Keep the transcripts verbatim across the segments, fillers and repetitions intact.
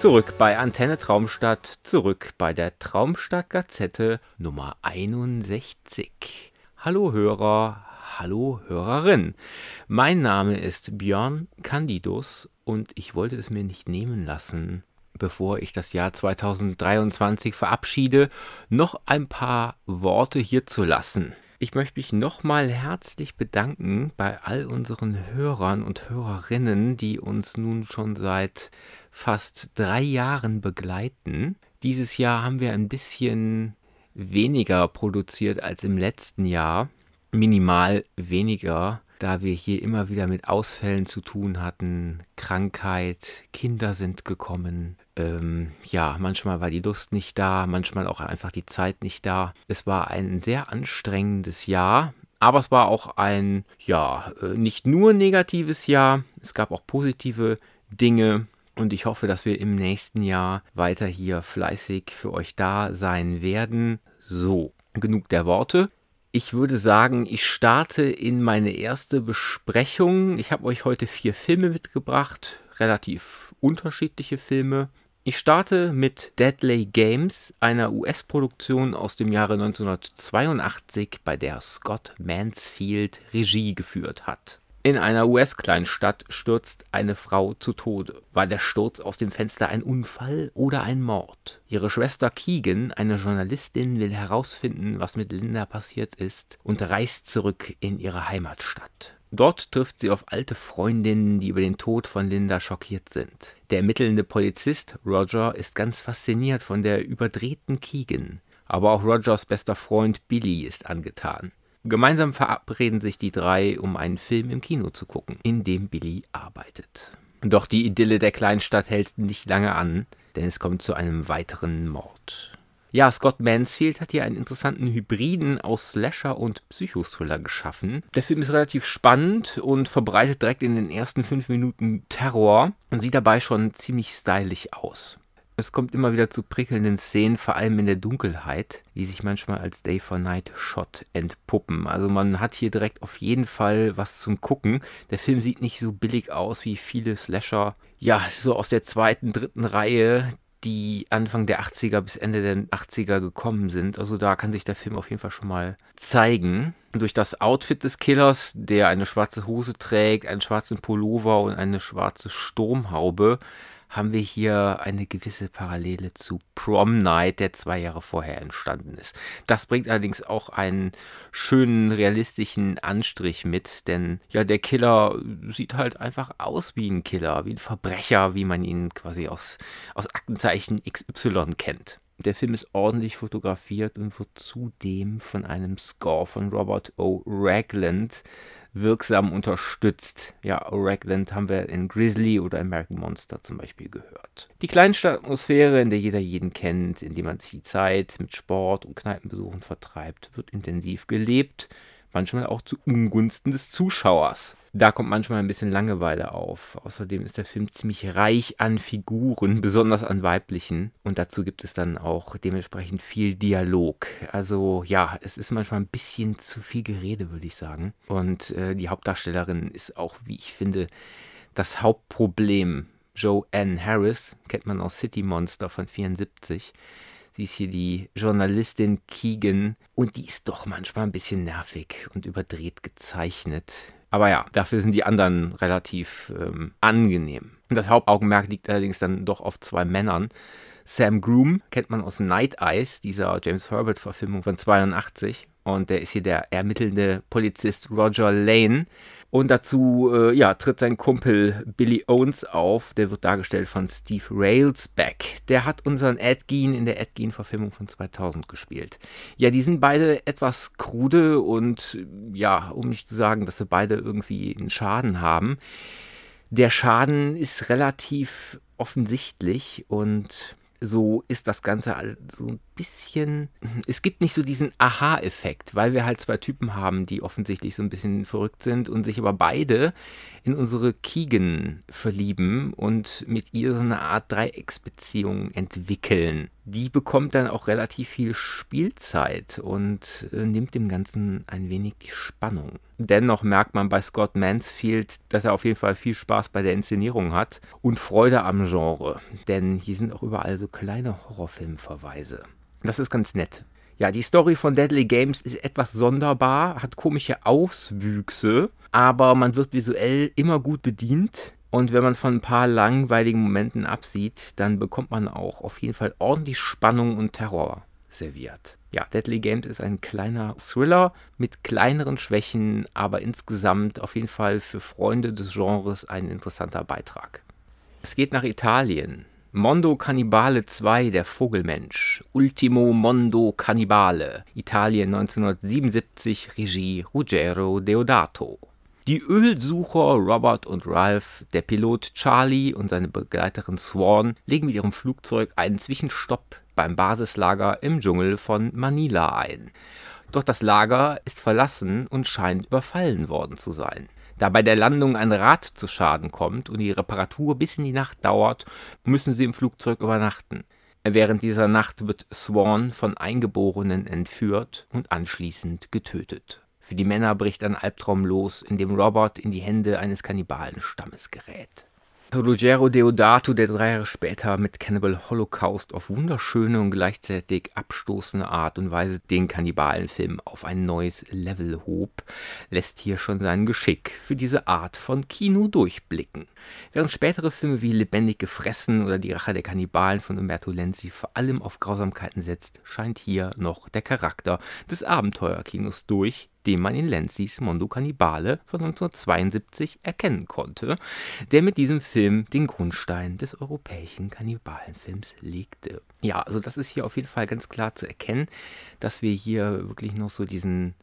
Zurück bei Antenne Traumstadt, zurück bei der Traumstadt Gazette Nummer einundsechzig. Hallo Hörer, hallo Hörerin. Mein Name ist Björn Candidus und ich wollte es mir nicht nehmen lassen, bevor ich das Jahr zweitausenddreiundzwanzig verabschiede, noch ein paar Worte hier zu lassen. Ich möchte mich nochmal herzlich bedanken bei all unseren Hörern und Hörerinnen, die uns nun schon seit fast drei Jahren begleiten. Dieses Jahr haben wir ein bisschen weniger produziert als im letzten Jahr, minimal weniger, da wir hier immer wieder mit Ausfällen zu tun hatten, Krankheit, Kinder sind gekommen. Ähm, ja, manchmal war die Lust nicht da, manchmal auch einfach die Zeit nicht da. Es war ein sehr anstrengendes Jahr, aber es war auch ein, ja, nicht nur negatives Jahr, es gab auch positive Dinge. Und ich hoffe, dass wir im nächsten Jahr weiter hier fleißig für euch da sein werden. So, genug der Worte. Ich würde sagen, ich starte in meine erste Besprechung. Ich habe euch heute vier Filme mitgebracht, relativ unterschiedliche Filme. Ich starte mit Deadly Games, einer U S-Produktion aus dem Jahre neunzehnhundertzweiundachtzig, bei der Scott Mansfield Regie geführt hat. In einer U S-Kleinstadt stürzt eine Frau zu Tode. War der Sturz aus dem Fenster ein Unfall oder ein Mord? Ihre Schwester Keegan, eine Journalistin, will herausfinden, was mit Linda passiert ist und reist zurück in ihre Heimatstadt. Dort trifft sie auf alte Freundinnen, die über den Tod von Linda schockiert sind. Der ermittelnde Polizist Roger ist ganz fasziniert von der überdrehten Keegan. Aber auch Rogers bester Freund Billy ist angetan. Gemeinsam verabreden sich die drei, um einen Film im Kino zu gucken, in dem Billy arbeitet. Doch die Idylle der Kleinstadt hält nicht lange an, denn es kommt zu einem weiteren Mord. Ja, Scott Mansfield hat hier einen interessanten Hybriden aus Slasher und Psychothriller geschaffen. Der Film ist relativ spannend und verbreitet direkt in den ersten fünf Minuten Terror und sieht dabei schon ziemlich stylisch aus. Es kommt immer wieder zu prickelnden Szenen, vor allem in der Dunkelheit, die sich manchmal als Day for Night Shot entpuppen. Also man hat hier direkt auf jeden Fall was zum Gucken. Der Film sieht nicht so billig aus wie viele Slasher, ja, so aus der zweiten, dritten Reihe, die Anfang der achtziger bis Ende der achtziger gekommen sind. Also da kann sich der Film auf jeden Fall schon mal zeigen. Durch das Outfit des Killers, der eine schwarze Hose trägt, einen schwarzen Pullover und eine schwarze Sturmhaube, haben wir hier eine gewisse Parallele zu Prom Night, der zwei Jahre vorher entstanden ist. Das bringt allerdings auch einen schönen, realistischen Anstrich mit, denn ja, der Killer sieht halt einfach aus wie ein Killer, wie ein Verbrecher, wie man ihn quasi aus, aus Aktenzeichen X Y kennt. Der Film ist ordentlich fotografiert und wird zudem von einem Score von Robert O. Ragland wirksam unterstützt. Ja, Ragland haben wir in Grizzly oder American Monster zum Beispiel gehört. Die Kleinstadtatmosphäre, in der jeder jeden kennt, in der man sich die Zeit mit Sport und Kneipenbesuchen vertreibt, wird intensiv gelebt, manchmal auch zu Ungunsten des Zuschauers. Da kommt manchmal ein bisschen Langeweile auf. Außerdem ist der Film ziemlich reich an Figuren, besonders an weiblichen. Und dazu gibt es dann auch dementsprechend viel Dialog. Also ja, es ist manchmal ein bisschen zu viel Gerede, würde ich sagen. Und äh, die Hauptdarstellerin ist auch, wie ich finde, das Hauptproblem. Joanne Harris, kennt man aus City Monster von vierundsiebzig. Sie ist hier die Journalistin Keegan und die ist doch manchmal ein bisschen nervig und überdreht gezeichnet. Aber ja, dafür sind die anderen relativ ähm, angenehm. Und das Hauptaugenmerk liegt allerdings dann doch auf zwei Männern. Sam Groom kennt man aus Night Eyes, dieser James Herbert-Verfilmung von zweiundachtzig. Und der ist hier der ermittelnde Polizist Roger Lane. Und dazu äh, ja, tritt sein Kumpel Billy Owens auf. Der wird dargestellt von Steve Railsback. Der hat unseren Ed Gein in der Ed Gein-Verfilmung von zweitausend gespielt. Ja, die sind beide etwas krude und ja, um nicht zu sagen, dass sie beide irgendwie einen Schaden haben. Der Schaden ist relativ offensichtlich und so ist das Ganze so ein bisschen, es gibt nicht so diesen Aha-Effekt, weil wir halt zwei Typen haben, die offensichtlich so ein bisschen verrückt sind und sich aber beide in unsere Keegan verlieben und mit ihr so eine Art Dreiecksbeziehung entwickeln. Die bekommt dann auch relativ viel Spielzeit und äh, nimmt dem Ganzen ein wenig die Spannung. Dennoch merkt man bei Scott Mansfield, dass er auf jeden Fall viel Spaß bei der Inszenierung hat und Freude am Genre, denn hier sind auch überall so kleine Horrorfilmverweise. Das ist ganz nett. Ja, die Story von Deadly Games ist etwas sonderbar, hat komische Auswüchse, aber man wird visuell immer gut bedient. Und wenn man von ein paar langweiligen Momenten absieht, dann bekommt man auch auf jeden Fall ordentlich Spannung und Terror serviert. Ja, Deadly Games ist ein kleiner Thriller mit kleineren Schwächen, aber insgesamt auf jeden Fall für Freunde des Genres ein interessanter Beitrag. Es geht nach Italien. Mondo Cannibale zwei, der Vogelmensch. Ultimo Mondo Cannibale. Italien neunzehnhundertsiebenundsiebzig, Regie Ruggero Deodato. Die Ölsucher Robert und Ralph, der Pilot Charlie und seine Begleiterin Swan legen mit ihrem Flugzeug einen Zwischenstopp beim Basislager im Dschungel von Manila ein. Doch das Lager ist verlassen und scheint überfallen worden zu sein. Da bei der Landung ein Rad zu Schaden kommt und die Reparatur bis in die Nacht dauert, müssen sie im Flugzeug übernachten. Während dieser Nacht wird Swan von Eingeborenen entführt und anschließend getötet. Für die Männer bricht ein Albtraum los, in dem Robert in die Hände eines Kannibalen-Stammes gerät. Ruggero Deodato, der drei Jahre später mit Cannibal Holocaust auf wunderschöne und gleichzeitig abstoßende Art und Weise den Kannibalenfilm auf ein neues Level hob, lässt hier schon sein Geschick für diese Art von Kino durchblicken. Während spätere Filme wie Lebendig gefressen oder Die Rache der Kannibalen von Umberto Lenzi vor allem auf Grausamkeiten setzt, scheint hier noch der Charakter des Abenteuerkinos durch, den man in Lenzis Mondo Cannibale von neunzehnhundertzweiundsiebzig erkennen konnte, der mit diesem Film den Grundstein des europäischen Kannibalenfilms legte. Ja, also das ist hier auf jeden Fall ganz klar zu erkennen, dass wir hier wirklich noch so diesen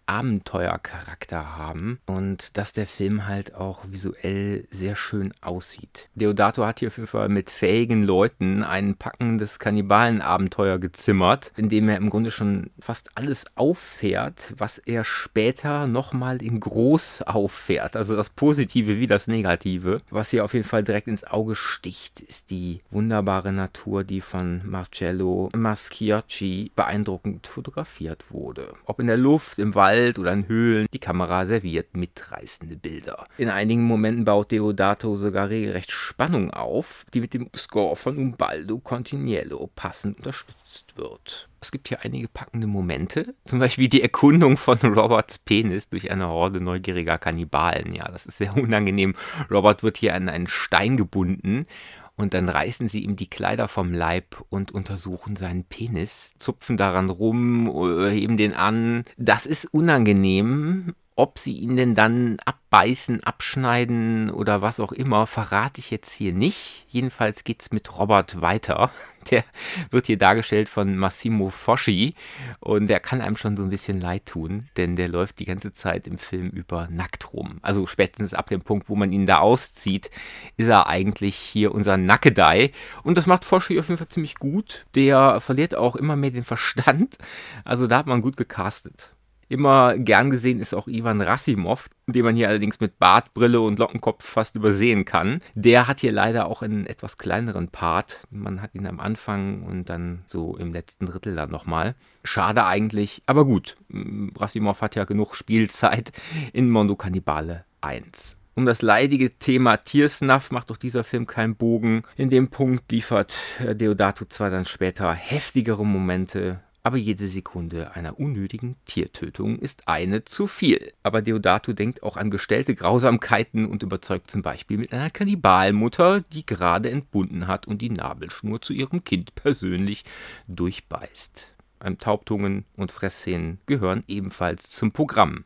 Abenteuercharakter haben und dass der Film halt auch visuell sehr schön aussieht. Deodato hat hier auf jeden Fall mit fähigen Leuten ein packendes Kannibalenabenteuer gezimmert, in dem er im Grunde schon fast alles auffährt, was er später nochmal in groß auffährt. Also das Positive wie das Negative. Was hier auf jeden Fall direkt ins Auge sticht, ist die wunderbare Natur, die von Marcello Masciocchi beeindruckend fotografiert wurde. Ob in der Luft, im Wald oder in Höhlen, die Kamera serviert mitreißende Bilder. In einigen Momenten baut Deodato sogar regelrecht Spannung auf, die mit dem Score von Ubaldo Continiello passend unterstützt wird. Es gibt hier einige packende Momente, zum Beispiel die Erkundung von Roberts Penis durch eine Horde neugieriger Kannibalen. Ja, das ist sehr unangenehm. Robert wird hier an einen Stein gebunden und dann reißen sie ihm die Kleider vom Leib und untersuchen seinen Penis, zupfen daran rum, heben den an. Das ist unangenehm. Ob sie ihn denn dann abbeißen, abschneiden oder was auch immer, verrate ich jetzt hier nicht. Jedenfalls geht's mit Robert weiter. Der wird hier dargestellt von Massimo Foschi und der kann einem schon so ein bisschen leid tun, denn der läuft die ganze Zeit im Film über nackt rum. Also spätestens ab dem Punkt, wo man ihn da auszieht, ist er eigentlich hier unser Nackedei. Und das macht Foschi auf jeden Fall ziemlich gut. Der verliert auch immer mehr den Verstand. Also da hat man gut gecastet. Immer gern gesehen ist auch Ivan Rassimov, den man hier allerdings mit Bartbrille und Lockenkopf fast übersehen kann. Der hat hier leider auch einen etwas kleineren Part. Man hat ihn am Anfang und dann so im letzten Drittel dann nochmal. Schade eigentlich, aber gut. Rassimov hat ja genug Spielzeit in Mondo Cannibale eins. Um das leidige Thema Tiersnuff macht doch dieser Film keinen Bogen. In dem Punkt liefert Deodato zwar dann später heftigere Momente, aber jede Sekunde einer unnötigen Tiertötung ist eine zu viel. Aber Deodato denkt auch an gestellte Grausamkeiten und überzeugt zum Beispiel mit einer Kannibalmutter, die gerade entbunden hat und die Nabelschnur zu ihrem Kind persönlich durchbeißt. Enthauptungen und Fressszenen gehören ebenfalls zum Programm.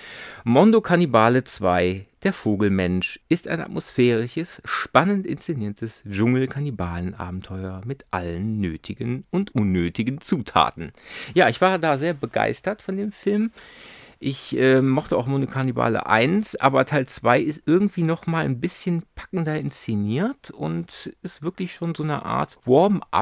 Mondo Cannibale zwei, der Vogelmensch, ist ein atmosphärisches, spannend inszeniertes Dschungel-Kannibalen-Abenteuer mit allen nötigen und unnötigen Zutaten. Ja, ich war da sehr begeistert von dem Film. Ich äh, mochte auch Mondo Cannibale eins, aber Teil zwei ist irgendwie nochmal ein bisschen packender inszeniert und ist wirklich schon so eine Art Warm-up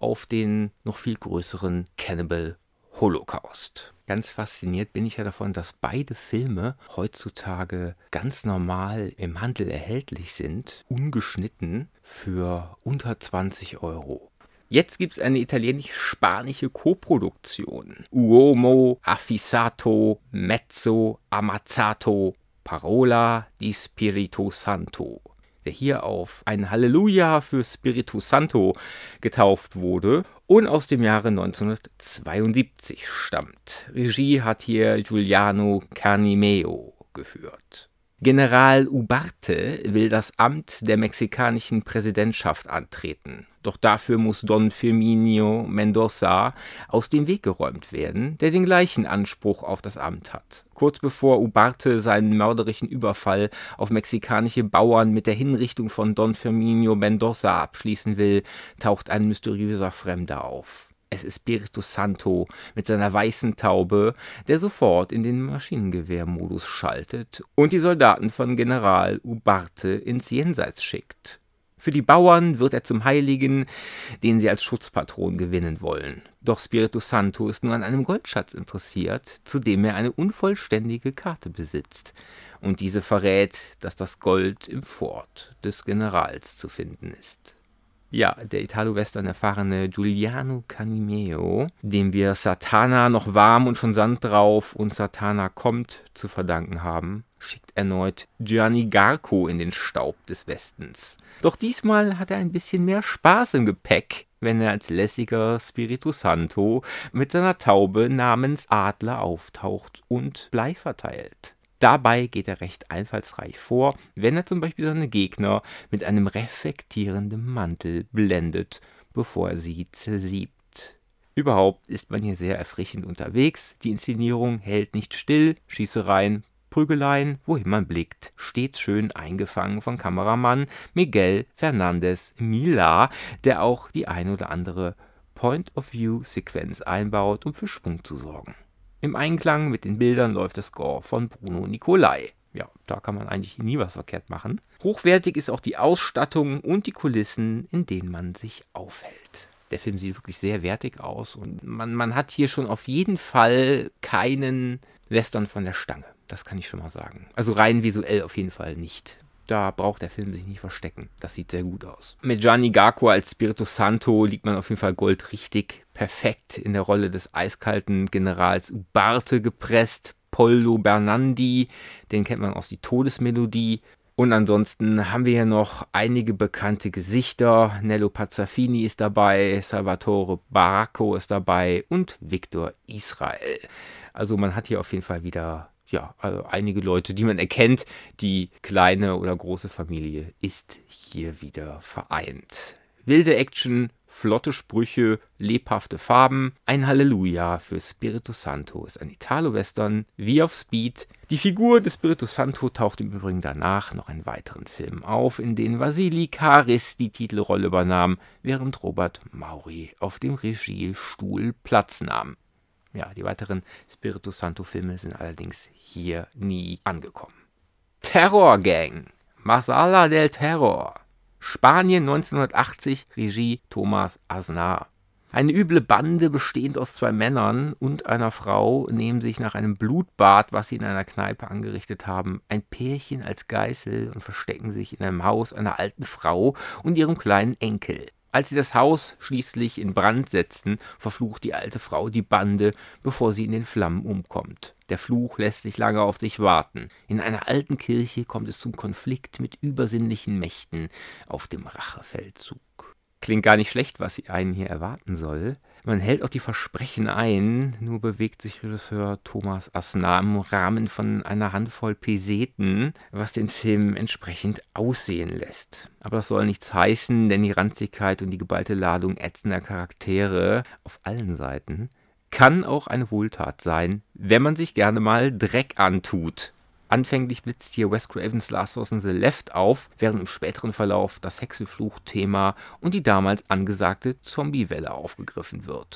auf den noch viel größeren Cannibal Holocaust. Ganz fasziniert bin ich ja davon, dass beide Filme heutzutage ganz normal im Handel erhältlich sind, ungeschnitten für unter zwanzig Euro. Jetzt gibt es eine italienisch-spanische Koproduktion. Uomo Affissato Mezzo Ammazzato Parola di Spirito Santo, der hier auf ein Halleluja für Spiritu Santo getauft wurde und aus dem Jahre neunzehnhundertzweiundsiebzig stammt. Regie hat hier Giuliano Canimeo geführt. General Ugarte will das Amt der mexikanischen Präsidentschaft antreten. Doch dafür muss Don Firmino Mendoza aus dem Weg geräumt werden, der den gleichen Anspruch auf das Amt hat. Kurz bevor Ugarte seinen mörderischen Überfall auf mexikanische Bauern mit der Hinrichtung von Don Firmino Mendoza abschließen will, taucht ein mysteriöser Fremder auf. Es ist Spiritu Santo mit seiner weißen Taube, der sofort in den Maschinengewehrmodus schaltet und die Soldaten von General Ugarte ins Jenseits schickt. Für die Bauern wird er zum Heiligen, den sie als Schutzpatron gewinnen wollen. Doch Spiritu Santo ist nur an einem Goldschatz interessiert, zu dem er eine unvollständige Karte besitzt. Und diese verrät, dass das Gold im Fort des Generals zu finden ist. Ja, der Italo-Western-erfahrene Giuliano Canimeo, dem wir Satana noch warm und schon Sand drauf und Satana kommt zu verdanken haben, schickt erneut Gianni Garco in den Staub des Westens. Doch diesmal hat er ein bisschen mehr Spaß im Gepäck, wenn er als lässiger Spiritu Santo mit seiner Taube namens Adler auftaucht und Blei verteilt. Dabei geht er recht einfallsreich vor, wenn er zum Beispiel seine Gegner mit einem reflektierenden Mantel blendet, bevor er sie zersiebt. Überhaupt ist man hier sehr erfrischend unterwegs, die Inszenierung hält nicht still, Schießereien, Prügeleien, wohin man blickt, stets schön eingefangen von Kameramann Miguel Fernandez Milá, der auch die ein oder andere Point-of-View-Sequenz einbaut, um für Schwung zu sorgen. Im Einklang mit den Bildern läuft der Score von Bruno Nicolai. Ja, da kann man eigentlich nie was verkehrt machen. Hochwertig ist auch die Ausstattung und die Kulissen, in denen man sich aufhält. Der Film sieht wirklich sehr wertig aus und man, man hat hier schon auf jeden Fall keinen Western von der Stange. Das kann ich schon mal sagen. Also rein visuell auf jeden Fall nicht. Da braucht der Film sich nicht verstecken. Das sieht sehr gut aus. Mit Gianni Garco als Spiritu Santo liegt man auf jeden Fall goldrichtig. Perfekt in der Rolle des eiskalten Generals Ugarte gepresst. Poldo Bernandi, den kennt man aus Die Todesmelodie. Und ansonsten haben wir hier noch einige bekannte Gesichter. Nello Pazzafini ist dabei, Salvatore Baracco ist dabei und Victor Israel. Also man hat hier auf jeden Fall wieder... Ja, also einige Leute, die man erkennt, die kleine oder große Familie ist hier wieder vereint. Wilde Action, flotte Sprüche, lebhafte Farben, ein Halleluja für Spiritu Santo ist ein Italo-Western wie auf Speed. Die Figur des Spiritu Santo taucht im Übrigen danach noch in weiteren Filmen auf, in denen Vasili Karis die Titelrolle übernahm, während Robert Mauri auf dem Regiestuhl Platz nahm. Ja, die weiteren Spiritu Santo-Filme sind allerdings hier nie angekommen. Terror Gang, Masala del Terror, Spanien neunzehnhundertachtzig, Regie Thomas Aznar. Eine üble Bande bestehend aus zwei Männern und einer Frau nehmen sich nach einem Blutbad, was sie in einer Kneipe angerichtet haben, ein Pärchen als Geißel und verstecken sich in einem Haus einer alten Frau und ihrem kleinen Enkel. Als sie das Haus schließlich in Brand setzen, verflucht die alte Frau die Bande, bevor sie in den Flammen umkommt. Der Fluch lässt sich lange auf sich warten. In einer alten Kirche kommt es zum Konflikt mit übersinnlichen Mächten auf dem Rachefeldzug. Klingt gar nicht schlecht, was sie einen hier erwarten soll. Man hält auch die Versprechen ein, nur bewegt sich Regisseur Thomas Aznar im Rahmen von einer Handvoll Peseten, was den Film entsprechend aussehen lässt. Aber das soll nichts heißen, denn die Ranzigkeit und die geballte Ladung ätzender Charaktere auf allen Seiten kann auch eine Wohltat sein, wenn man sich gerne mal Dreck antut. Anfänglich blitzt hier Wes Cravens Last House on the Left auf, während im späteren Verlauf das Hexenfluch-Thema und die damals angesagte Zombie-Welle aufgegriffen wird.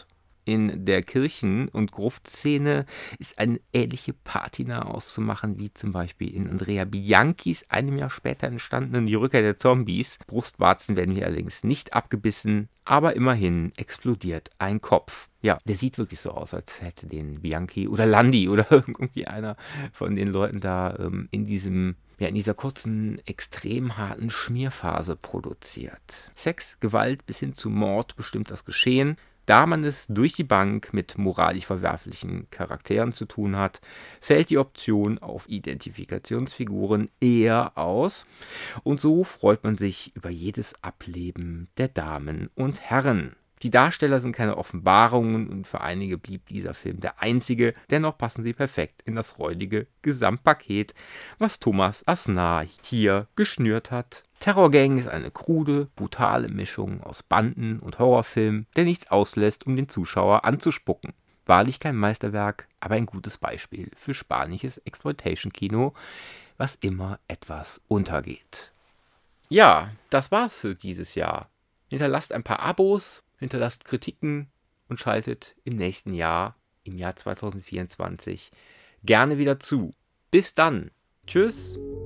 In der Kirchen- und Gruftszene ist eine ähnliche Patina auszumachen, wie zum Beispiel in Andrea Bianchis einem Jahr später entstandenen Die Rückkehr der Zombies. Brustwarzen werden hier allerdings nicht abgebissen, aber immerhin explodiert ein Kopf. Ja, der sieht wirklich so aus, als hätte den Bianchi oder Landi oder irgendwie einer von den Leuten da ähm, in diesem ja, in dieser kurzen, extrem harten Schmierphase produziert. Sex, Gewalt bis hin zu Mord bestimmt das Geschehen. Da man es durch die Bank mit moralisch verwerflichen Charakteren zu tun hat, fällt die Option auf Identifikationsfiguren eher aus. Und so freut man sich über jedes Ableben der Damen und Herren. Die Darsteller sind keine Offenbarungen und für einige blieb dieser Film der einzige. Dennoch passen sie perfekt in das räudige Gesamtpaket, was Thomas Asnar hier geschnürt hat. Terror Gang ist eine krude, brutale Mischung aus Banden- und Horrorfilm, der nichts auslässt, um den Zuschauer anzuspucken. Wahrlich kein Meisterwerk, aber ein gutes Beispiel für spanisches Exploitation-Kino, was immer etwas untergeht. Ja, das war's für dieses Jahr. Hinterlasst ein paar Abos, hinterlasst Kritiken und schaltet im nächsten Jahr, im Jahr zwanzig vierundzwanzig, gerne wieder zu. Bis dann. Tschüss.